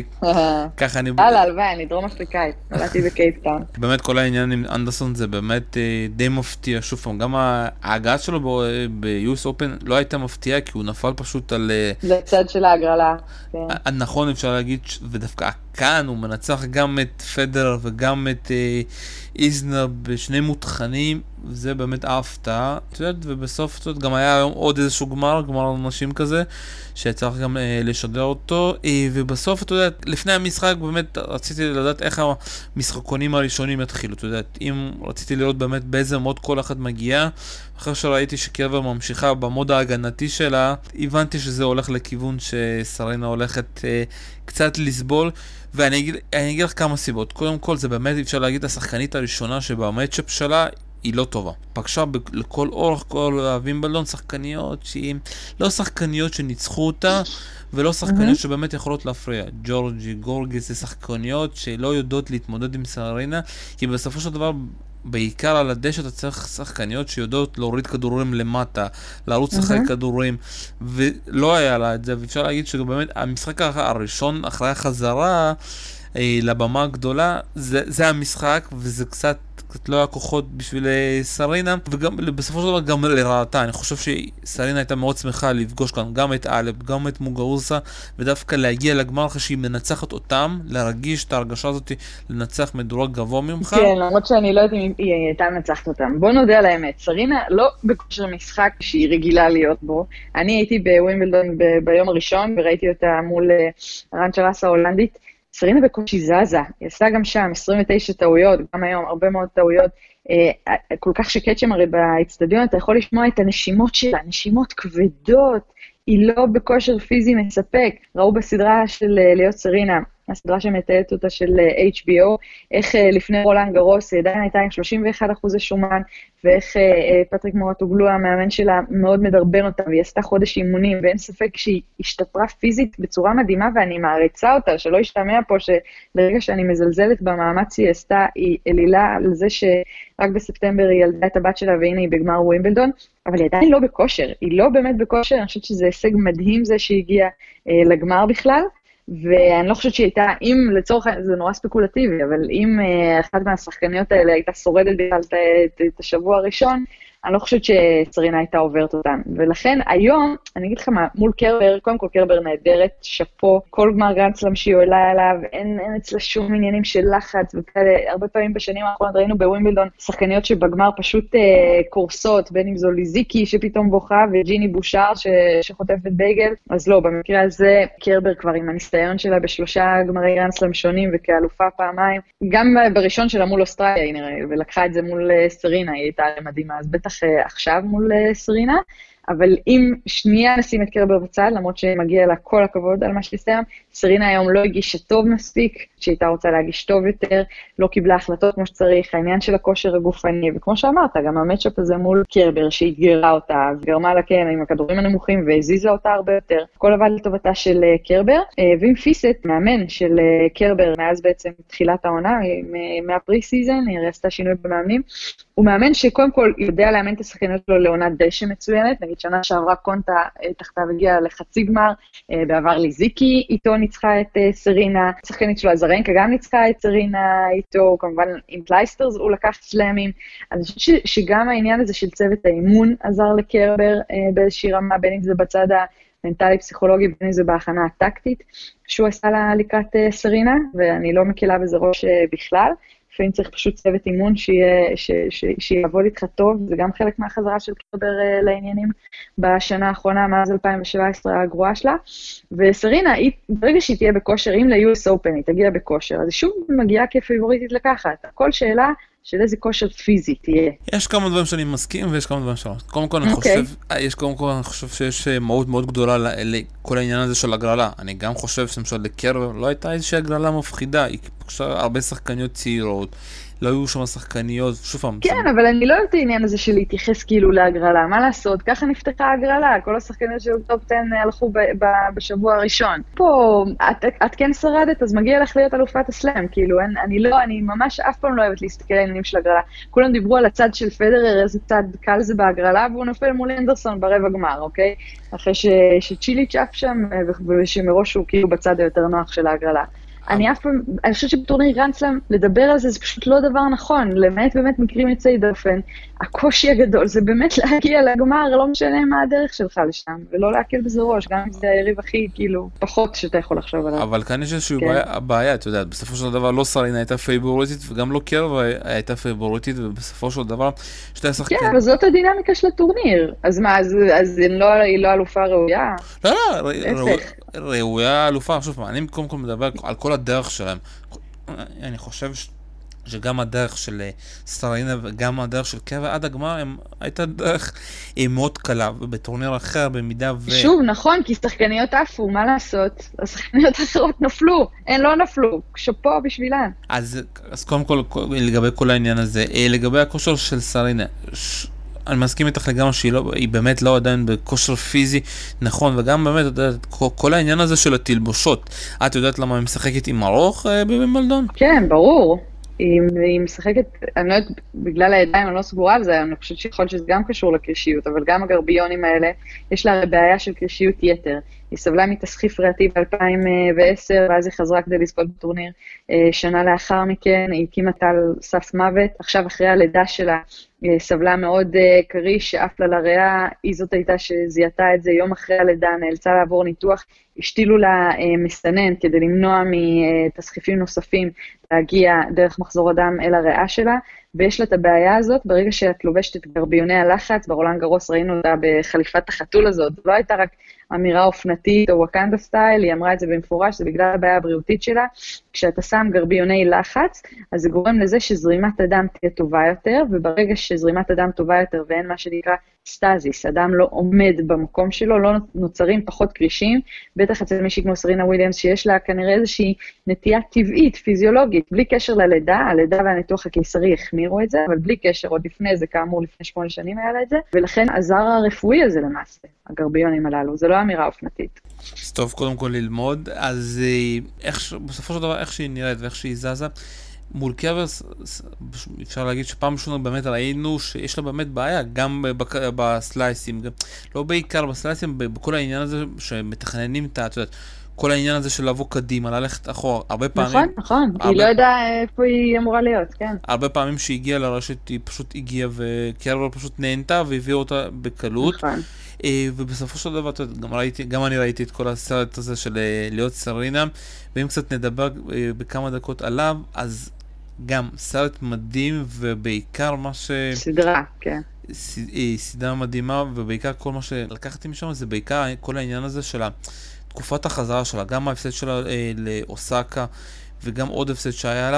ככה אני... הלוואי, אני דרום אפריקאית, נולדתי בקייפטאון. באמת כל העניין עם אנדרסון זה באמת די מפתיע, שוב פעם, גם ההגעה שלו ב-US Open לא הייתה מפתיעה, כי הוא נפל פשוט על... לצד של ההגרלה. נכון, אפשר להגיד, ודווקא כאן הוא מנצח גם את פדרר וגם את איזנר בשני מותחנים, זה באמת ההפתעה, ובסוף גם היה היום עוד איזשהו גמר נשים כזה, שצריך גם לשדר אותו, ובסוף, אתה יודע, לפני המשחק באמת רציתי לדעת איך המשחקונים הראשונים יתחילו, אתה יודע, אם רציתי לראות באמת באיזה מוד כל אחד מגיע, אחרי שראיתי שקרבר ממשיכה במוד ההגנתי שלה, הבנתי שזה הולך לכיוון שסרינה הולכת קצת לסבול, ואני אגיד לך כמה סיבות. קודם כל, זה באמת אפשר להגיד השחקנית הראשונה שבמצ'אפ שלה היא לא טובה. פגשה לכל אורך כל הווימבלדון שחקניות שהיא לא שחקניות שניצחו אותה, ולא שחקניות שבאמת יכולות להפריע. ג'ורג'י, גורגס, זה שחקניות שלא יודעות להתמודד עם סרינה, כי בסופו של דבר בעיקר על הדשא אתה צריך שחקניות שיודעות להוריד כדורים למטה, לרוץ אחרי כדורים, ולא היה לה את זה, ואפשר להגיד שבאמת המשחק הראשון אחרי החזרה לבמה הגדולה, זה המשחק, וזה קצת לא היה כוחות בשביל סרינה, וגם בסופו של דבר גם לרעתה. אני חושב שסרינה הייתה מאוד שמחה לפגוש כאן גם את אלב, גם את מוגרוסה, ודווקא להגיע לגמר אחרי שהיא מנצחת אותם, להרגיש את ההרגשה הזאת, לנצח מדורג גבוה ממך. כן, למרות שאני לא יודעת אם היא הייתה מנצחת אותם. בוא נודה על האמת, סרינה לא בכושר משחק שהיא רגילה להיות בו. אני הייתי בווימבלדון ביום הראשון, וראיתי אותה מול רנצ'רס ההולנדית. סרינה בקושי זזה, היא עשתה גם שם 29 טעויות, גם היום הרבה מאוד טעויות, כל כך שקט שם הרי באצטדיון, אתה יכול לשמוע את הנשימות שלה, נשימות כבדות, היא לא בכושר פיזי מספק, ראו בסדרה של להיות סרינה, הסדרה שמתארת אותה של HBO, איך לפני רולנד גרוס, היא עדיין הייתה עם 31% שומן, ואיך פטריק מורטוגלו, המאמן שלה, מאוד מדרבן אותה, והיא עשתה חודש אימונים, ואין ספק שהיא השתפרה פיזית בצורה מדהימה, ואני מעריצה אותה, שלא ישתמע פה שלרגע שאני מזלזלת במאמץ שהיא עשתה, היא אלילה על זה שרק בספטמבר היא ילדה את הבת שלה, והנה היא בגמר ווימבלדון, אבל היא עדיין לא בכושר, היא לא באמת בכושר, אני חושבת שזה הישג מדהים זה שהיא הגיעה לגמר בכלל, ואני לא חושבת שהיא הייתה, אם לצורך, זה נורא ספקולטיבי, אבל אם אחת מהשחקניות האלה הייתה שורדת בכלל את השבוע הראשון, אני לא חושבת שסרינה הייתה עוברת אותן. ולכן היום, אני אגיד לך מה, מול קרבר, קודם כל קרבר נהדרת, שפו, כל גמר גרנד סלאם שהיא עולה אליו, אין אצלה שום עניינים של לחץ, וכאלה, הרבה פעמים בשנים האחרונות ראינו בווימבלדון, שחקניות שבגמר פשוט קורסות, בין אם זו ליזיקי שפתאום בוכה, וג'יני בושר שחוטפת בייגל, אז לא, במקרה הזה, קרבר כבר עם הניסיון שלה בשלושה גמרי גרנד סלאם שונים, וכאלופה פעמיים, גם בראשון שלה מול אוסטרליה, היא נראה, ולקחה את זה מול סרינה, היא הייתה מדהימה, אז בטח עכשיו מול סרינה, אבל אם שנייה נשים את קרבר בצד, למרות שמגיע לה כל הכבוד על מה שהסתיים, סרינה היום לא הגישה טוב מספיק, שהייתה רוצה להגיש טוב יותר, לא קיבלה החלטות כמו שצריך, העניין של הכושר הגופני, וכמו שאמרת, גם המצ'אפ הזה מול קרבר, שהתגרה אותה, וגרמה לה כן עם הכדורים הנמוכים, והזיזה אותה הרבה יותר, כל עבד לטובתה של קרבר, ועם פיסט, מאמן של קרבר, מאז בעצם תחילת העונה, מהפרי סיזן, היא עשתה שינוי במאמנים, הוא מאמן שקודם כל יודע לאמן את השחקניות שלו לעונת דשא מצוינת, נגיד שנה שעברה קונטה תחתיו הגיעה לחצי גמר, בעבר ליזיקי איתו ניצחה את סרינה, השחקנית שלו הזרנקה גם ניצחה את סרינה איתו, כמובן עם פלייסטרס הוא לקח סלאמים, אז אני חושבת שגם העניין הזה של צוות האימון עזר לקרבר באיזושהי רמה, בין אם זה בצד המנטלי פסיכולוגי, בין אם זה בהכנה הטקטית, שהוא עשה לה לקראת סרינה, ואני לא מקלה בזה ראש בכלל, לפעמים צריך פשוט צוות אימון שיעבוד איתך טוב, זה גם חלק מהחזרה של קרבר לעניינים בשנה האחרונה, מאז 2017 הגרועה שלה, וסרינה, ברגע שהיא תהיה בכושר, אם ל-US Open היא תגיע בכושר, אז היא שוב מגיעה כפייבוריטית לקחת, כל שאלה של איזה כושר פיזי תהיה. יש כמה דברים שאני מסכים ויש כמה דברים שלא. קודם כל אני חושב שיש מהות מאוד גדולה לכל העניין הזה של הגרלה. אני גם חושב שלמשל לקרבר לא הייתה איזושהי הגרלה מפחידה, היא פגשה הרבה שחקניות צעירות. לא היו שם שחקניות, שוב פעם. כן, אבל אני לא יודעת העניין הזה של להתייחס כאילו להגרלה, מה לעשות? ככה נפתחה ההגרלה, כל השחקניות של טופ 10 הלכו בשבוע הראשון. פה, את כן שרדת, אז מגיע לך להיות אלופת הסלאם, כאילו, אני ממש אף פעם לא אוהבת להסתכל על העניינים של הגרלה. כולם דיברו על הצד של פדרר, איזה צד קל זה בהגרלה, והוא נופל מול אנדרסון ברבע גמר, אוקיי? אחרי שצ'ילי צ'אפ שם, ושמראש הוא כאילו בצד היותר נוח של ההגרלה. אני חושבת שבטורניר גרנד-סלאם, לדבר על זה, זה פשוט לא דבר נכון, למעט באמת מקרים יוצאי דופן, הקושי הגדול זה באמת להגיע לגמר, לא משנה מה הדרך שלך לשם, ולא להקל בזה ראש, גם אם זה היריב הכי, כאילו, פחות שאתה יכול לחשוב עליו. אבל כאן יש איזושהי בעיה, אתה יודע, בסופו של דבר לא סרינה הייתה פייבוריטית, וגם לא קרבה הייתה פייבוריטית, ובסופו של דבר שתי השחקנים... כן, אבל זאת הדינמיקה של הטורניר, אז מה, אז היא לא אלופה ראויה? לא, ראויה אלופה, שוב פעם, אני קודם כל מדבר על כל הדרך שלהם. אני חושב שגם הדרך של סטרינה וגם הדרך של קרבה עד הגמר הייתה דרך מאוד קלה, ובטורניר אחר במידה שוב, נכון, כי שחקניות עפו, מה לעשות? השחקניות האחרות נפלו, הן לא נפלו, שפו בשבילן. אז קודם כל, לגבי כל העניין הזה, לגבי הכושר של סטרינה, אני מסכים איתך לגמרי שהיא באמת לא עדיין בכושר פיזי נכון, וגם באמת כל העניין הזה של התלבושות, את יודעת למה היא משחקת עם ארוך בווימבלדון? כן, ברור. היא משחקת, אני לא יודעת, בגלל הידיים אני לא סגורה על זה, אני חושבת שיכול שזה גם קשור לקרישיות, אבל גם הגרביונים האלה, יש לה בעיה של קרישיות יתר. היא סבלה מתסחיף ריאתי ב-2010, ואז היא חזרה כדי לזכות בטורניר. שנה לאחר מכן, היא הקימה על סף מוות, עכשיו אחרי הלידה שלה, סבלה מאוד קריש, שאף לה לריאה, היא זאת הייתה שזיהתה את זה יום אחרי הלידה, נאלצה לעבור ניתוח, השתילו לה מסנן כדי למנוע מתסחיפים נוספים להגיע דרך מחזור הדם אל הריאה שלה, ויש לה את הבעיה הזאת, ברגע שאת לובשת את גרביוני הלחץ, ברולנד גרוס ראינו אותה בחליפת החתול הזאת, לא הייתה רק אמירה אופנתית או ווקנדה סטייל, היא אמרה את זה במפורש, זה בגלל הבעיה הבריאותית שלה, כשאתה שם גרביוני לחץ, אז זה גורם לזה שזרימת הדם תהיה טובה יותר, וברגע שזרימת הדם טובה יותר ואין מה שנקרא סטזיס, אדם לא עומד במקום שלו, לא נוצרים פחות קרישים, בטח אצל מישהי כמו סרינה וויליאמס, שיש לה כנראה איזושהי נטייה טבעית, פיזיולוגית, בלי קשר ללידה, הלידה והניתוח הקיסרי החמירו את זה, אבל בלי קשר, עוד לפני זה, כאמור, לפני 8 שנים היה לה את זה, ולכן עזר הרפואי הזה למעשה, הגרביונים הללו, זה לא אמירה אופנתית. אז טוב, קודם כל ללמוד, אז בסופו של דבר, איך שהיא נראית ואיך שהיא זזה, מול קרברס, אפשר להגיד שפעם ראשונה באמת ראינו שיש לה באמת בעיה, גם בסלייסים, לא בעיקר בסלייסים, בכל העניין הזה שמתכננים את יודעת, כל העניין הזה של לבוא קדימה, ללכת אחורה, הרבה פעמים... נכון, היא לא יודעה איפה היא אמורה להיות, כן. הרבה פעמים שהיא הגיעה לרשת, היא פשוט הגיעה, וקרבר פשוט נהנתה והביאה אותה בקלות. נכון. ובסופו של דבר, גם אני ראיתי את כל הסרט הזה של להיות סרינה, ואם קצת נדבר בכמה דקות עליו, אז גם סרט מדהים, ובעיקר מה סדרה, כן. סדרה מדהימה, ובעיקר כל מה שלקחתי משם, זה בעיקר כל העניין הזה של תקופת החזרה שלה, גם ההפסד שלה לאוסקה, וגם עוד הפסד שהיה לה,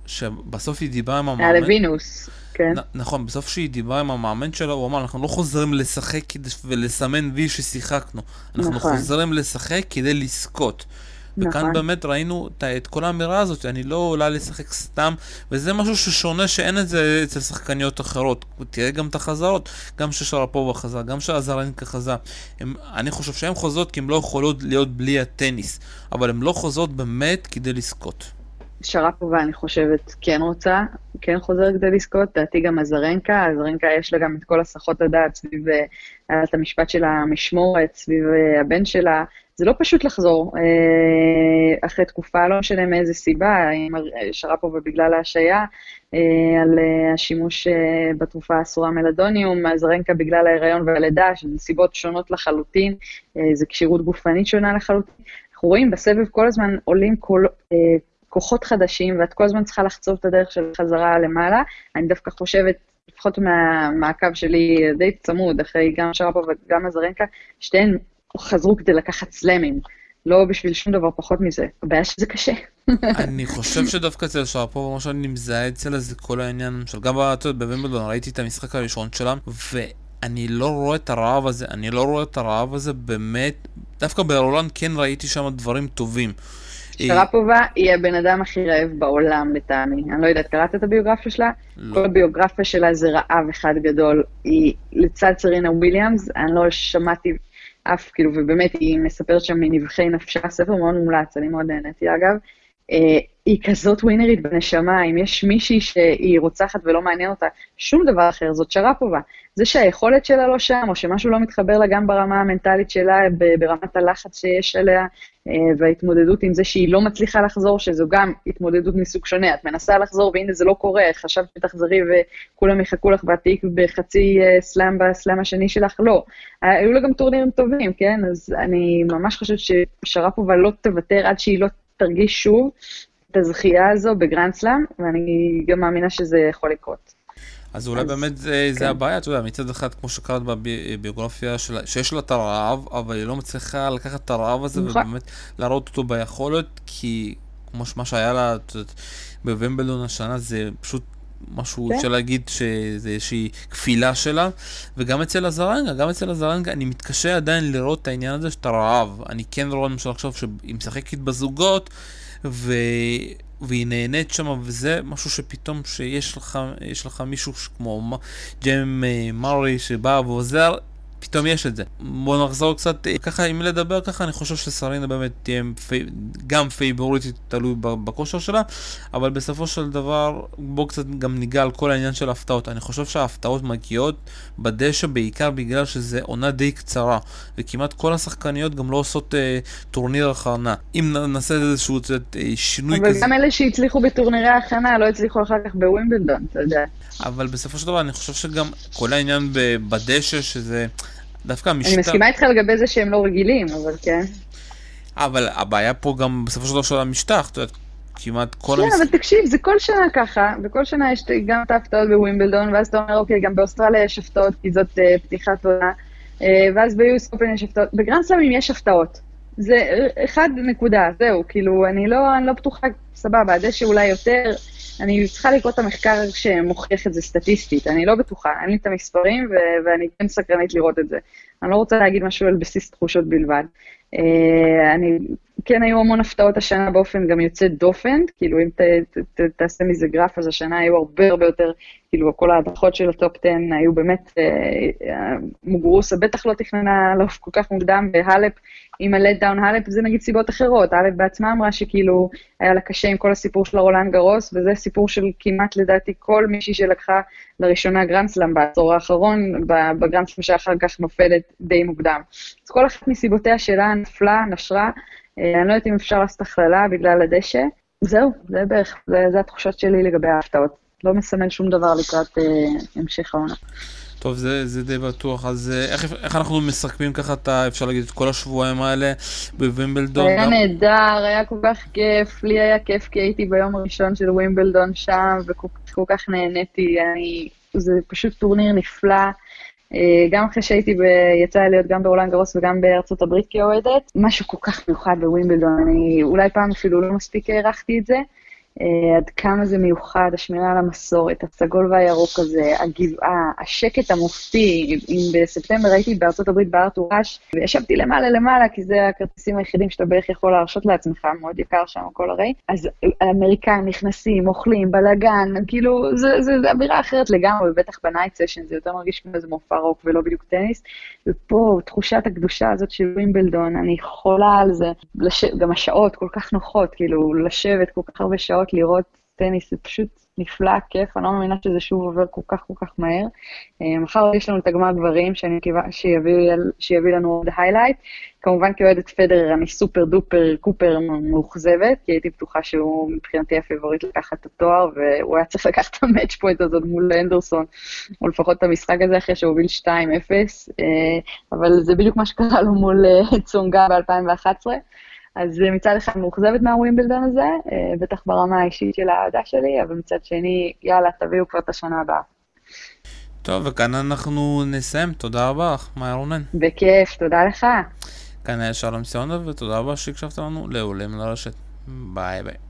שבסוף היא דיברה עם המאמן. היה לוינוס, כן. נכון, בסוף שהיא דיברה עם המאמן שלה, הוא אמר, אנחנו לא חוזרים לשחק ולסמן וי ששיחקנו, אנחנו חוזרים לשחק כדי לזכות. וכאן באמת ראינו את כל האמירה הזאת, אני לא עולה לשחק סתם, וזה משהו ששונה שאין את זה אצל שחקניות אחרות. תראה גם את החזרות, גם ששרפובה חזר, גם שאזרנקה חזר. אני חושב שהן חוזרות כי הן לא יכולות להיות בלי הטניס, אבל הן לא חוזרות באמת כדי לזכות. שרפובה, אני חושבת, כן חוזר כדי לזכות, דעתי גם אזרנקה יש לה גם את כל הסחות הדעת סביב את המשפט של המשמורת, סביב הבן שלה, זה לא פשוט לחזור אחרי תקופה, לא משנה מאיזה סיבה, שרפובה בגלל ההשעיה, על השימוש בתרופה האסורה מלדוניום, אזרנקה בגלל ההיריון והלידה, שזה סיבות שונות לחלוטין, זה קשירות גופנית שונה לחלוטין. אנחנו רואים בסבב כל הזמן עולים כוחות חדשים, ואת כל הזמן צריכה לחצוב את הדרך של חזרה למעלה. אני דווקא חושבת, לפחות מהמעקב שלי די צמוד, אחרי גם שרפובה וגם אזרנקה, שתיהן חזרו כדי לקחת סלמים, לא בשביל שום דבר פחות מזה. הבעיה שזה קשה. אני חושב שדווקא אצל שרפובה, מה שאני מזהה אצלה זה כל העניין, גם בווימבלדון ראיתי את המשחק הראשון שלה, ואני לא רואה את הרעב הזה, באמת, דווקא ברולנד כן ראיתי שם דברים טובים. שרפובה היא הבן אדם הכי רעב בעולם לטעמי. אני לא יודעת, קראת את הביוגרפיה שלה? לא. כל הביוגרפיה שלה זה רעב אחד גדול. היא לצד סרינה וויליאמס, אני לא שמעתי אף, כאילו, ובאמת היא מספרת שם מנבחי נפשה, ספר מאוד מומלץ, אני מאוד נהניתי אגב. היא כזאת ווינרית בנשמה, אם יש מישהי שהיא רוצחת ולא מעניין אותה, שום דבר אחר, זאת שרפובה. זה שהיכולת שלה לא שם, או שמשהו לא מתחבר לה גם ברמה המנטלית שלה, ברמת הלחץ שיש עליה, וההתמודדות עם זה שהיא לא מצליחה לחזור, שזו גם התמודדות מסוג שונה. את מנסה לחזור, והנה זה לא קורה, חשבת שתחזרי וכולם יחכו לך בעתיק בחצי סלאם בסלאם השני שלך, לא. היו לה גם טורנירים טובים, כן? אז אני ממש חושבת ששרפובה לא תוותר עד שהיא לא תרגיש שוב את הזכייה הזו בגרנד סלאם, ואני גם מאמינה שזה יכול לקרות. אז אולי באמת זה הבעיה, אתה יודע, מצד אחד, כמו שקראת בביוגרפיה, שיש לה את הרעב, אבל היא לא מצליחה לקחת את הרעב הזה, ובאמת להראות אותו ביכולת, כי כמו מה שהיה לה בווימבלדון השנה, זה פשוט משהו אפשר להגיד שזה איזושהי כפילה שלה, וגם אצל הזרנגה, אני מתקשה עדיין לראות את העניין הזה שאתה רעב. אני כן רואה למשל עכשיו שהיא משחקת בזוגות, והיא נהנית שם, וזה משהו שפתאום שיש לך מישהו כמו ג'יימ מארי שבא ועוזר, פתאום יש את זה. בואו נחזור קצת, ככה אם לדבר ככה, אני חושב שסרינה באמת תהיה גם פייבוריטית, תלוי בכושר שלה, אבל בסופו של דבר, בואו קצת גם ניגע על כל העניין של ההפתעות. אני חושב שההפתעות מגיעות בדשא בעיקר בגלל שזה עונה די קצרה, וכמעט כל השחקניות גם לא עושות טורניר הכנה. אם נעשה איזשהו שינוי אבל כזה... אבל גם אלה שהצליחו בטורנירי ההכנה, לא הצליחו אחר כך בווימבלדון, אתה יודע. אבל בסופו של דבר אני חושב שגם כל העניין בדשא שזה דווקא המשטר... אני מסכימה איתך לגבי זה שהם לא רגילים, אבל כן. אבל הבעיה פה גם בסופו של דבר של המשטח, אתה יודע, כמעט כל כן, אבל תקשיב, זה כל שנה ככה, בכל שנה יש גם את ההפתעות בווימבלדון, ואז אתה אומר, אוקיי, גם באוסטרליה יש הפתעות, כי זאת פתיחת עונה, ואז ביוס אופן יש הפתעות. בגרנד סלאמים יש הפתעות. זה 1 נקודה, זהו, כאילו, אני לא בטוחה, סבבה, הדשא אולי יותר, אני צריכה לקרוא את המחקר שמוכיח את זה סטטיסטית, אני לא בטוחה, אין לי את המספרים, ואני כן סקרנית לראות את זה. אני לא רוצה להגיד משהו על בסיס תחושות בלבד. כן היו המון הפתעות השנה באופן גם יוצא דופן, כאילו אם תעשה מזה גרף, אז השנה היו הרבה יותר, כאילו כל ההדרכות של הטופ 10 היו באמת, מוגרוסה בטח לא תכננה לעוף כל כך מוקדם, והלפ עם הלט דאון הלפ זה נגיד סיבות אחרות, הלפ בעצמה אמרה שכאילו היה לה קשה עם כל הסיפור של רולאן גרוס, וזה סיפור של כמעט לדעתי כל מישהי שלקחה לראשונה גרנד סלאם בעשור האחרון, בגרנד סלאם שאחר כך נופלת די מוקדם. אז כל אחת מסיבותיה שלה נפלה, נשרה, אני לא יודעת אם אפשר לעשות הכללה בגלל הדשא. זהו, זה בערך, זה התחושות שלי לגבי ההפתעות. לא מסמל שום דבר לקראת המשך העונה. טוב, זה די בטוח. אז איך אנחנו מסכמים ככה, אפשר להגיד, את כל השבועיים האלה בווימבלדון? היה נהדר, היה כל כך כיף. לי היה כיף כי הייתי ביום הראשון של ווימבלדון שם, וכל כך נהניתי. זה פשוט טורניר נפלא. גם אחרי שהייתי יצא להיות גם ברולאן גרוס וגם בארצות הברית כאוהדת, משהו כל כך מיוחד בווימבלדון, אני אולי פעם אפילו לא מספיק הערכתי את זה, עד כמה זה מיוחד, השמירה על המסורת, הסגול והירוק הזה, הגבעה, השקט המופתי. אם בספטמבר הייתי בארצות הברית בארתור אש, וישבתי למעלה, כי זה הכרטיסים היחידים שאתה בערך יכול להרשות לעצמך, מאוד יקר שם הכל הרי, אז האמריקאים נכנסים, אוכלים, בלגן, כאילו, זה אווירה אחרת לגמרי, ובטח בנייט סשן, זה יותר מרגיש כמו איזה מופע רוק ולא בדיוק טניס, ופה תחושת הקדושה הזאת של ווימבלדון, אני חולה על זה, גם השעות כל כך נוחות, כאילו, לשבת כל כך הרבה שעות לראות טניס, זה פשוט נפלא, כיף, אני לא מאמינה שזה שוב עובר כל כך מהר. מחר יש לנו את הגמר גברים, שאני מקווה שיביא לנו עוד היילייט. כמובן כאוהדת פדרר, אני סופר דופר קופר מאוכזבת, כי הייתי בטוחה שהוא מבחינתי הפייבוריט לקחת את התואר, והוא היה צריך לקחת את המאץ' פוינט הזאת מול אנדרסון, או לפחות את המשחק הזה אחרי שהוא הוביל 2-0, אבל זה בדיוק מה שקרה לו מול צונגה ב-2011. אז מצד אחד מאוכזבת מהווימבלדון הזה, בטח ברמה האישית של העדה שלי, אבל מצד שני, יאללה, תביאו כבר את השנה הבאה. טוב, וכאן אנחנו נסיים. תודה רבה, מאיה רונן. בכיף, תודה לך. כאן היה שלום סיונוב, ותודה רבה שהקשבת לנו לעולים לרשת. ביי ביי.